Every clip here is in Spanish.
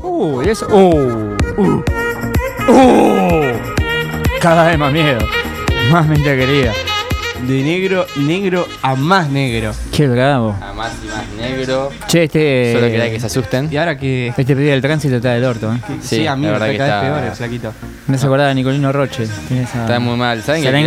Y eso. Cada vez más miedo. Más mente querida. De negro a más negro. Qué bravo. A más y más negro. Che, Solo quería que se asusten. Y ahora que... Este pedido del tránsito está del orto, Sí, a mí la me verdad que cada vez está... peor el flaquito. Me hace acordar a Nicolino Roche. Está muy mal. ¿Saben que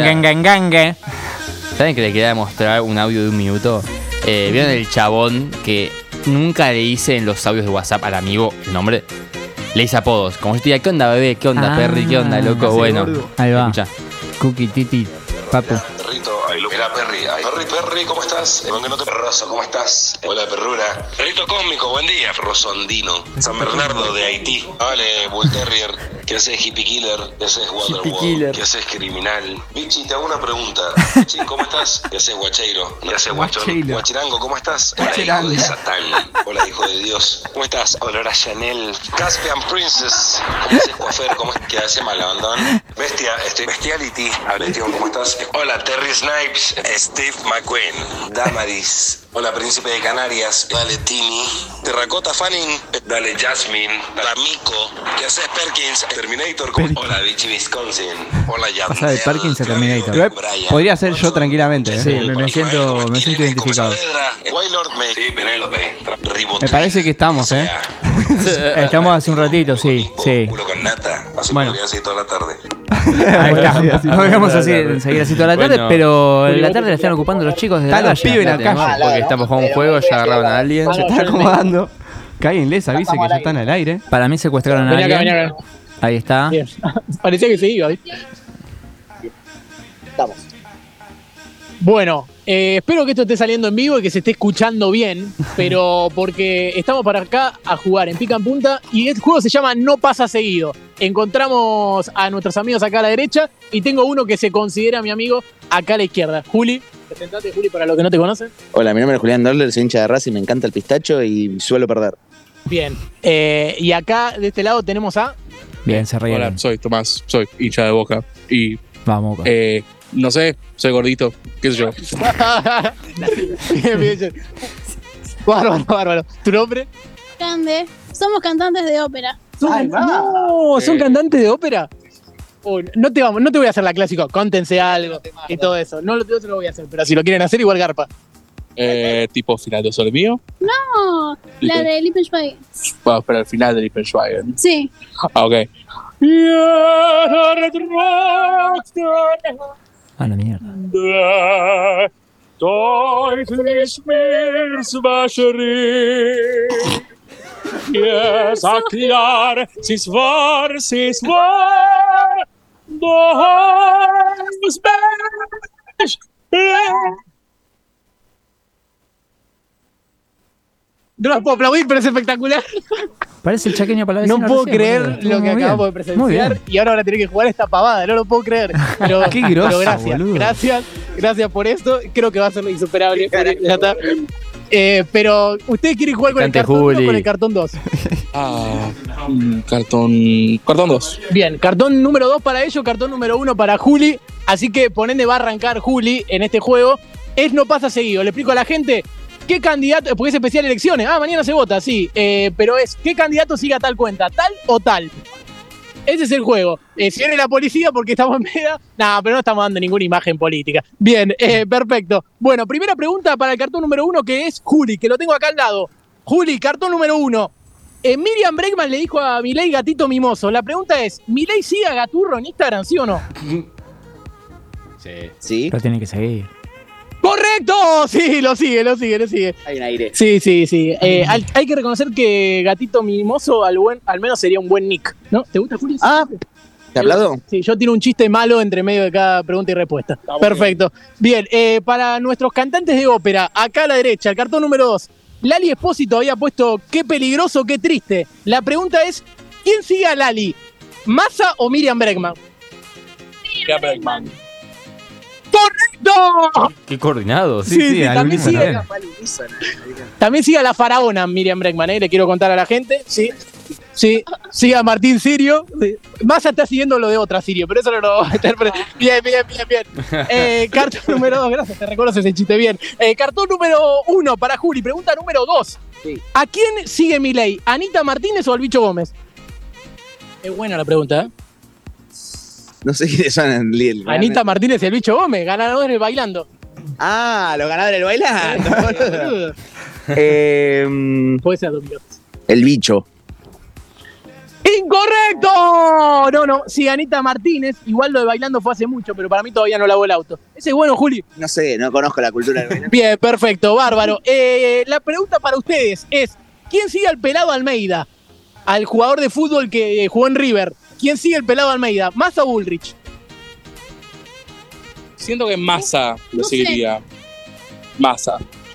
le quería mostrar un audio de 1 minuto? ¿Vieron el chabón que nunca le hice en los audios de WhatsApp al amigo el nombre? Le hice apodos. Como yo te diga, ¿qué onda, bebé? ¿Qué onda, Perry? ¿Qué onda, loco? Bueno, ahí va. Escucha. Cookie, Titi, Papu. Perrito, mira Perry, Perry, ¿cómo estás? Aunque no te perroso, ¿cómo estás? Hola perrura. Perrito cósmico, buen día. Rosondino, San Bernardo de Haití. Vale, Bull Terrier. ¿Qué haces hippie killer? ¿Qué haces Wonderwall? ¿Qué haces criminal? Bichi, te hago una pregunta. Bichi, ¿cómo estás? ¿Qué haces guacheiro? ¿Qué haces guachón? Guachirango, ¿cómo estás? Hola, hijo de Satán. Hola, hijo de Dios. ¿Cómo estás? Olor a Chanel. Caspian Princess. ¿Cómo haces coafer? ¿Cómo es que hace malabandón? Bestia, Bestiality. Bestia, ¿cómo estás? Hola, Terry Snipes. Steve McQueen. Damaris. Hola, Príncipe de Canarias. Dale, Tini. Terracota Fanning. Dale, Jasmine. D'Amico. ¿Qué haces, Perkins? Terminator. Hola, Vichy Wisconsin. Hola, Yandel. Pasa de Perkins a Terminator. Igual podría ser yo tranquilamente. Sí, me siento identificado. Waylord, sí, Penélope. Me parece que estamos, Estamos hace un ratito, sí. Culo con nata. Así Bueno. podría seguir toda la tarde. Ahí está. No dejamos seguir así toda la tarde, Bueno. pero en la tarde la están ocupando los chicos de la Están los calle. pibes en la calle. Porque estamos jugando un juego, ya agarraron a alguien. Se está acomodando. Que alguien les avise que ya están al aire. Para mí secuestraron a Vení alguien. acá. Ahí está. Bien. Parecía que se iba, ¿viste? Estamos. Bueno, espero que esto esté saliendo en vivo y que se esté escuchando bien, pero porque estamos para acá a jugar en Pica en Punta y este juego se llama No Pasa Seguido. Encontramos a nuestros amigos acá a la derecha y tengo uno que se considera mi amigo acá a la izquierda. Juli, presentate, Juli, para los que no te conocen. Hola, mi nombre es Julián Dorler, soy hincha de Racing, me encanta el pistacho y suelo perder. Bien, y acá de este lado tenemos a... Bien, se reía. Hola, soy Tomás, soy hincha de Boca y Vamos, Boca. no sé, soy gordito, qué sé yo. Bien, bien. Bárbaro. ¿Tu nombre? Grande. Somos cantantes de ópera. No, ¿son cantantes de ópera? Oh, no te voy a hacer la clásica, cóntense algo y todo eso. No te lo voy a hacer, pero si lo quieren hacer, igual garpa. Tipo final de Sol mío. No, la de Lippenschweiger. Vamos para el final de Lippenschweiger. Sí. Ah, ok. A la mierda. Yes, klar, sis var. No los puedo aplaudir, pero es espectacular. Parece el chaqueño para la vecina. No puedo recién, creer boludo. lo que Muy bien. acabamos de Muy presenciar bien. y ahora van a tener que jugar esta pavada, no lo puedo creer. Pero, Qué groso, pero gracias, boludo. gracias por esto. Creo que va a ser insuperable. Ya está. Pero, ¿ustedes quieren jugar con el Cante cartón 1 o Juli. con el cartón 2? Cartón 2. Bien, cartón número 2 para ellos, cartón número 1 para Juli. Así que por ende va a arrancar Juli en este juego. Es No Pasa Seguido. Le explico a la gente qué candidato, porque es especial elecciones. Mañana se vota, sí. Pero es qué candidato siga tal cuenta, tal o tal. Ese es el juego. Si viene la policía porque estamos en media. No, pero no estamos dando ninguna imagen política. Bien, perfecto. Bueno, primera pregunta para el cartón número 1, que es Juli, que lo tengo acá al lado. Juli, cartón número 1. Miriam Bregman le dijo a Milei gatito mimoso. La pregunta es, ¿Milei sigue a Gaturro en Instagram, sí o no? Sí. ¿Sí? Lo tiene que seguir. ¡Correcto! Sí, lo sigue. Hay un aire. Sí. Hay que reconocer que gatito mimoso al menos sería un buen nick, ¿no? ¿Te gusta, Juli? Ah, ¿te ha hablado? Sí, yo tiro un chiste malo entre medio de cada pregunta y respuesta. Perfecto. Bien, para nuestros cantantes de ópera, acá a la derecha, el cartón número 2. Lali Espósito había puesto qué peligroso, qué triste. La pregunta es, ¿quién sigue a Lali? ¿Massa o Miriam Bregman? Miriam Bregman. ¡Correcto! Qué coordinado. Sí, al también unísono, sigue, también sigue a la faraona Miriam Bregman, le quiero contar a la gente. Sí, sigue a Martín Sirio. Sí. Massa está siguiendo lo de otra Sirio, pero eso no lo va a estar. Bien. Cartón número 2, gracias, te reconoces el chiste bien. Cartón número 1 para Juli, pregunta número 2. Sí. ¿A quién sigue Milei? ¿Anita Martínez o al Bicho Gómez? Es buena la pregunta, ¿eh? No sé quiénes son en Lille. Anita Martínez y el Bicho Gómez, ganadores del Bailando. Ah, los ganadores del bailando. Boludo. Puede ser 2002. El bicho. ¡Incorrecto! No, sí, Anita Martínez. Igual lo de Bailando fue hace mucho, pero para mí todavía no lavó el auto. Ese es bueno, Juli. No sé, no conozco la cultura del bailando. Bien, perfecto, bárbaro. La pregunta para ustedes es, ¿quién sigue al Pelado Almeida? Al jugador de fútbol que jugó en River. ¿Quién sigue el Pelado Almeida? ¿Massa o Bullrich? Siento que Massa lo No sé. seguiría. Massa.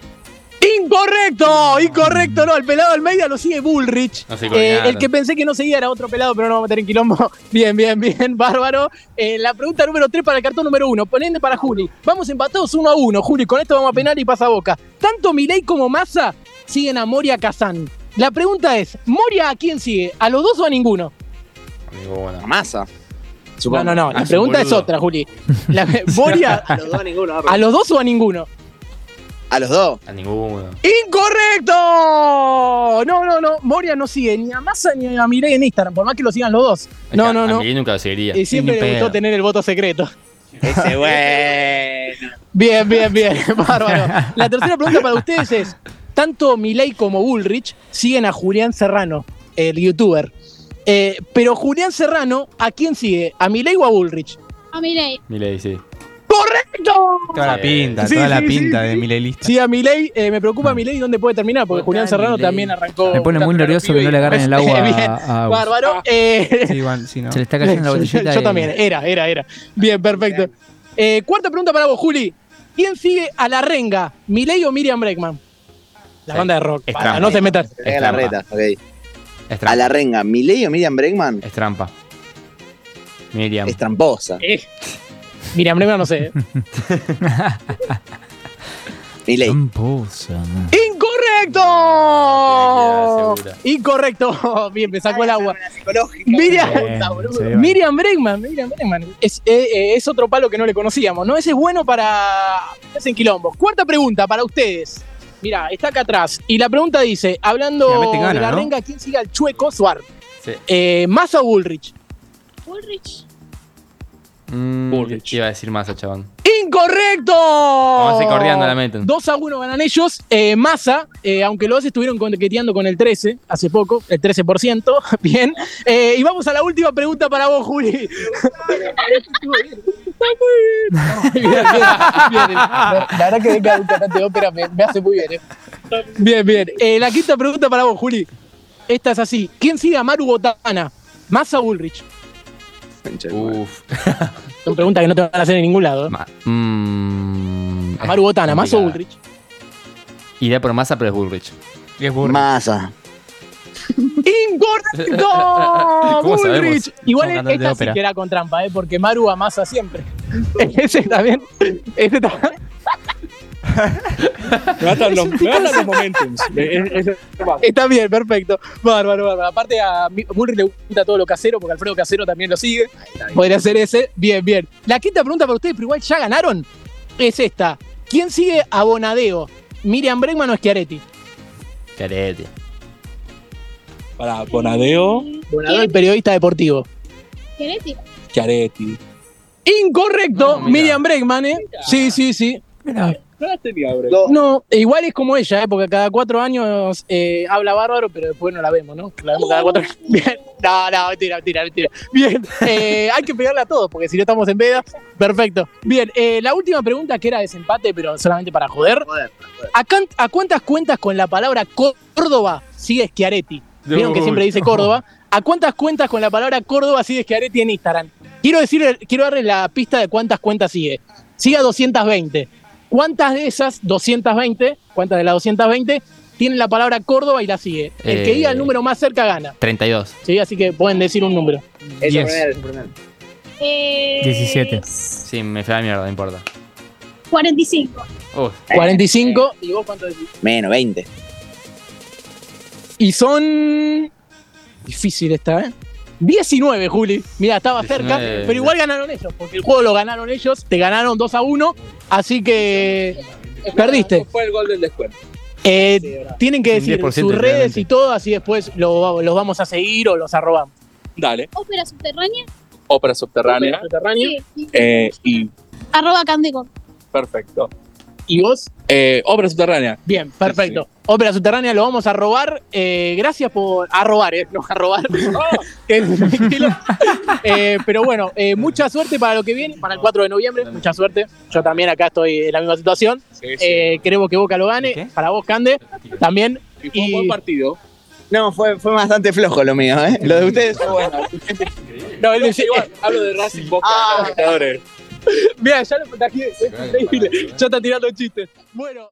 Incorrecto, no, el Pelado Almeida lo sigue Bullrich. No sé con nada. El que pensé que no seguía era otro pelado, pero no vamos a meter en quilombo. Bien, bárbaro. La pregunta número 3 para el cartón número 1, ponente para Juli. Vamos empatados 1-1, Juli, con esto vamos a penar y pasa a Boca. Tanto Milei como Massa siguen a Moria Kazán. La pregunta es, ¿Moria a quién sigue? ¿A los dos o a ninguno? Ninguna. Masa. No, la Ah, pregunta es boludo. otra, Juli. Moria, A los dos, a ninguno. ¿a los dos o a ninguno? A los dos. A ninguno. ¡Incorrecto! No. Moria no sigue ni a Massa ni a Milei en Instagram, por más que lo sigan los dos. No. A mí nunca lo seguiría. Y siempre Ni le gustó pedo. tener el voto secreto. Ese bueno. Bien, bárbaro. La tercera pregunta para ustedes es, tanto Milei como Bullrich siguen a Julián Serrano, el youtuber. Pero Julián Serrano, ¿a quién sigue? ¿A Milei o a Bullrich? A Milei. Milei, sí. ¡Correcto! Toda la pinta, Sí, toda la sí, pinta sí, de sí. Mileilista. Sí, a Milei, me preocupa Milei dónde puede terminar, porque Julián Serrano también arrancó. Me pone muy nervioso que no le agarren el agua Bien, a bárbaro. Sí, igual, sí, ¿no? Se le está cayendo la botellita. Yo y- también, era. Bien, perfecto. Cuarta pregunta para vos, Juli. ¿Quién sigue a la renga? ¿Milei o Miriam Bregman? La Sí. banda de rock. Es Para, trampa. no te metas. Pega la trampa. reta, ok. Es trampa. A la renga, ¿Milei o Miriam Bregman? Es trampa. Miriam. Es tramposa. Miriam Bregman no sé. Milei. Tramposa. ¡Incorrecto! Segura. Incorrecto. Bien, me sacó el agua. Psicológica. Miriam, Bien, sí, vale. Miriam Bregman. Es otro palo que no le conocíamos, ¿no? Ese es bueno para... Es en quilombo. Cuarta pregunta para ustedes. Mirá, está acá atrás. Y la pregunta dice, hablando Finalmente gana, de la ¿no? renga, ¿quién sigue al Chueco Suar? Sí. ¿Massa o Bullrich? Bullrich. Bullrich. Iba a decir Massa, chabón. ¡Incorrecto! Vamos a ir corriendo, la meten. 2-1 ganan ellos. Massa, aunque los dos estuvieron coqueteando con el 13 hace poco, el 13%. Bien. Y vamos a la última pregunta para vos, Juli. Bien. La verdad que venga un cantante de ópera me hace muy bien. Bien. La quinta pregunta para vos, Juli. Esta es así. ¿Quién sigue a Maru Botana? ¿Massa o Bullrich? Uf. Son preguntas que no te van a hacer en ningún lado. A Maru Botana, ¿Massa o Bullrich? Iré por Massa, pero es Bullrich. Y es burro. Masa. ¡Incorrecto! ¿Cómo sabemos? Bullrich. Igual Son cantantes de esta sí ópera. que era con trampa, porque Maru amasa siempre. Ese también. Me gustan los momentos. Está bien, perfecto. Bárbaro. Aparte a Bullrich le gusta todo lo casero, porque Alfredo Casero también lo sigue. Podría ser ese. Bien. La quinta pregunta para ustedes, pero igual ya ganaron, es esta. ¿Quién sigue a Bonadeo? ¿Miriam Bregman o Schiaretti? Carete. Para Bonadeo, Bonadeo, el periodista deportivo. Chiaretti. Chiaretti. Incorrecto, No, mira. Miriam Bregman, ¿eh? Sí. Mira, No la tenía, bro. No, igual es como ella, porque cada 4 años habla bárbaro, pero después no la vemos, ¿no? La vemos cada 4 años. Bien. No, mentira. Bien, hay que pegarle a todos, porque si no estamos en veda. Perfecto. Bien, la última pregunta que era desempate, pero solamente para joder. ¿A cuántas cuentas con la palabra Córdoba sigue Schiaretti? Vieron que siempre dice Córdoba. ¿A cuántas cuentas con la palabra Córdoba sigue Schiaretti en Instagram? Quiero darle la pista de cuántas cuentas sigue. Sigue a 220. ¿Cuántas de esas 220, cuántas de las 220, tienen la palabra Córdoba y la sigue? El que diga el número más cerca gana. 32. ¿Sí? Así que pueden decir un número. Eso 10. primero. 17. Sí, me fue a la mierda, no importa. 45. 45. ¿Y vos cuánto decís? Menos, 20. Y son... Difícil esta, ¿eh? 19, Juli. Mirá, estaba 19. cerca, pero igual ganaron ellos, porque el juego lo ganaron ellos, te ganaron 2-1, así que perdiste. Fue el gol del descuento. Tienen que decir 10% sus redes claramente. y todo, así después los vamos a seguir o los arrobamos. Dale. Ópera subterránea. Ópera subterránea. Subterráneo. Sí. Y @Candecor. perfecto. ¿Y vos? Ópera subterránea. Bien, perfecto. Ópera Subterránea lo vamos a robar. Gracias por... A robar, no a robar. Tranquilo. Pero bueno, mucha suerte para lo que viene, para el 4 de noviembre. Mucha suerte. Yo también acá estoy en la misma situación. Sí. Queremos que Boca lo gane. ¿Qué? Para vos, Cande, también. Y fue un buen partido. No, fue bastante flojo lo mío, ¿eh? Lo de ustedes fue bueno. No, él dice, Igual, hablo de Racing Boca. Ah. Libertadores. mira, ya lo contagié. Es increíble. Ya está tirando chistes. Bueno.